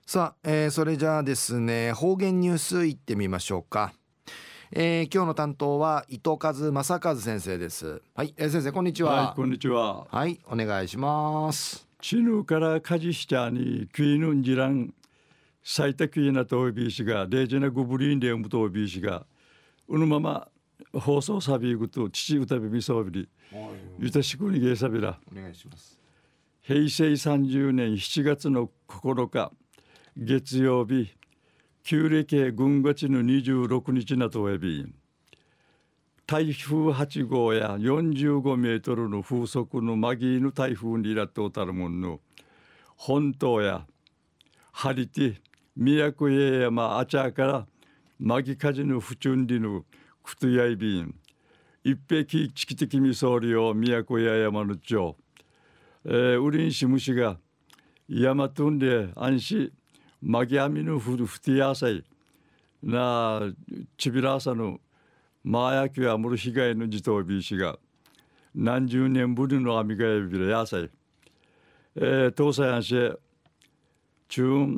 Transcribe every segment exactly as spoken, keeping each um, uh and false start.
さあ、えーそれじゃあですね、方言ニュースいってみましょうか。えー今日の担当は伊藤和正和先生です。はい、えー先生こんにちはい、 は。 こんにちは。 はい、お願いします。 チヌからカジシチャーにクイヌンジラン最多クイナトービー氏がデージナグブリンデムトービー氏がうぬまま放送サビグと父歌びみそうびりゆたしくにげさびら。 お願いします。 平成さんじゅうねんしちがつのここのか月曜日旧暦軍がちのにじゅうろくにちなとえび台風はちごうやよんじゅうごメートルの風速のマギーの台風にらっとたるもんの本島やハリティ宮古家山あちゃからマギカジの不チュンリのクトヤイビン一匹チキテキミソーリオ宮古家山の町、えー、ウリンシムシが山トンで安心マギアミのフルフティアサイなチビラーサのマーヤキュアムル被害の自動ビーシが何十年ぶりのアミガエビラヤサイ、えー、東西安市中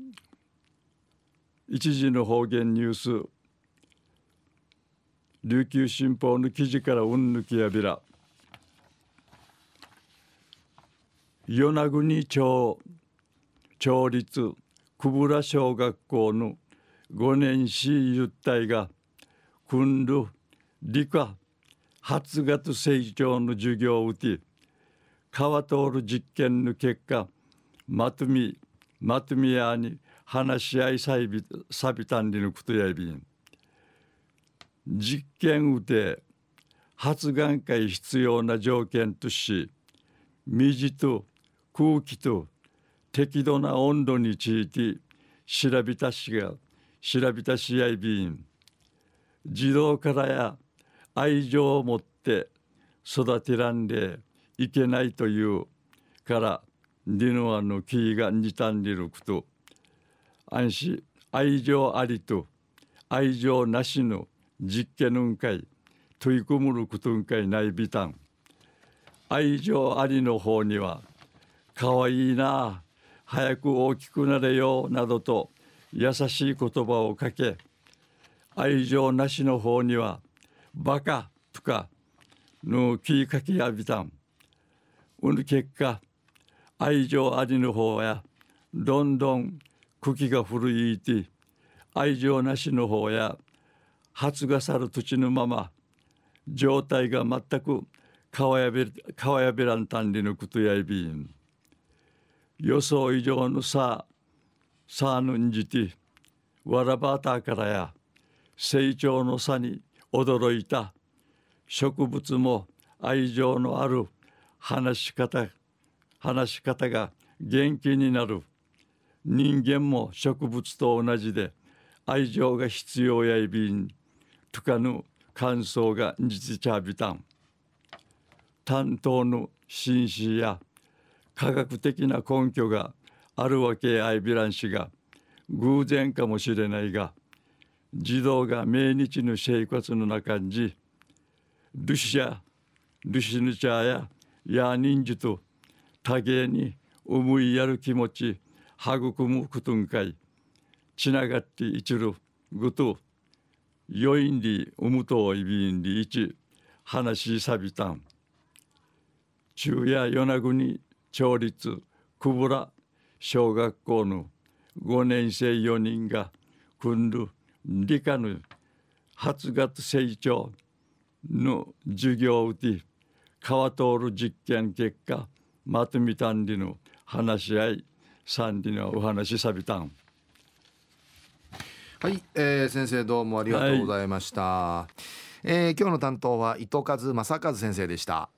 一時の方言ニュース琉球新報の記事からうんぬきやびら与那国町町立久部良小学校のごねんしゆったいが訓る理科発学成長の授業を打ち川通る実験の結果まとみまとみやに話し合いさびさびたんりのことやびん実験打て発がん会必要な条件とし水と空気と適度な温度について調べたしが調べたしやいびん児童からや愛情を持って育てらんでいけないというからディノアのキーが似たんでること安心愛情ありと愛情なしの実験のんかい取り組むることんかいないびたん愛情ありの方にはかわいいな早く大きくなれよなどと優しい言葉をかけ愛情なしの方にはバカとかの気かきやびたんうぬ結果愛情ありの方やどんどん茎が古いて愛情なしの方や発芽さる土地のまま状態が全くかわやべかわやべらんたんりのことやいびん予想以上のささあぬんじてわらばたからや成長の差に驚いた植物も愛情のある話し方話し方が元気になる人間も植物と同じで愛情が必要やいびんとかの感想が実ちゃびたん担当の紳士や科学的な根拠があるわけやいびらんしが偶然かもしれないが児童が命日の生活の中にルシやルシヌチャやヤーニンジと多芸に思いやる気持ち育むことんかいつながっていちるぐとよいんりうむといびんりいち話しさびたん中夜与那国町立久部良小学校のごねんせいよにんが組んる理科の発学成長の授業を打ち川通る実験結果まとめたんりの話し合いさんりのお話さびたんはい、えー先生どうもありがとうございました。えー今日の担当は伊藤和正和先生でした。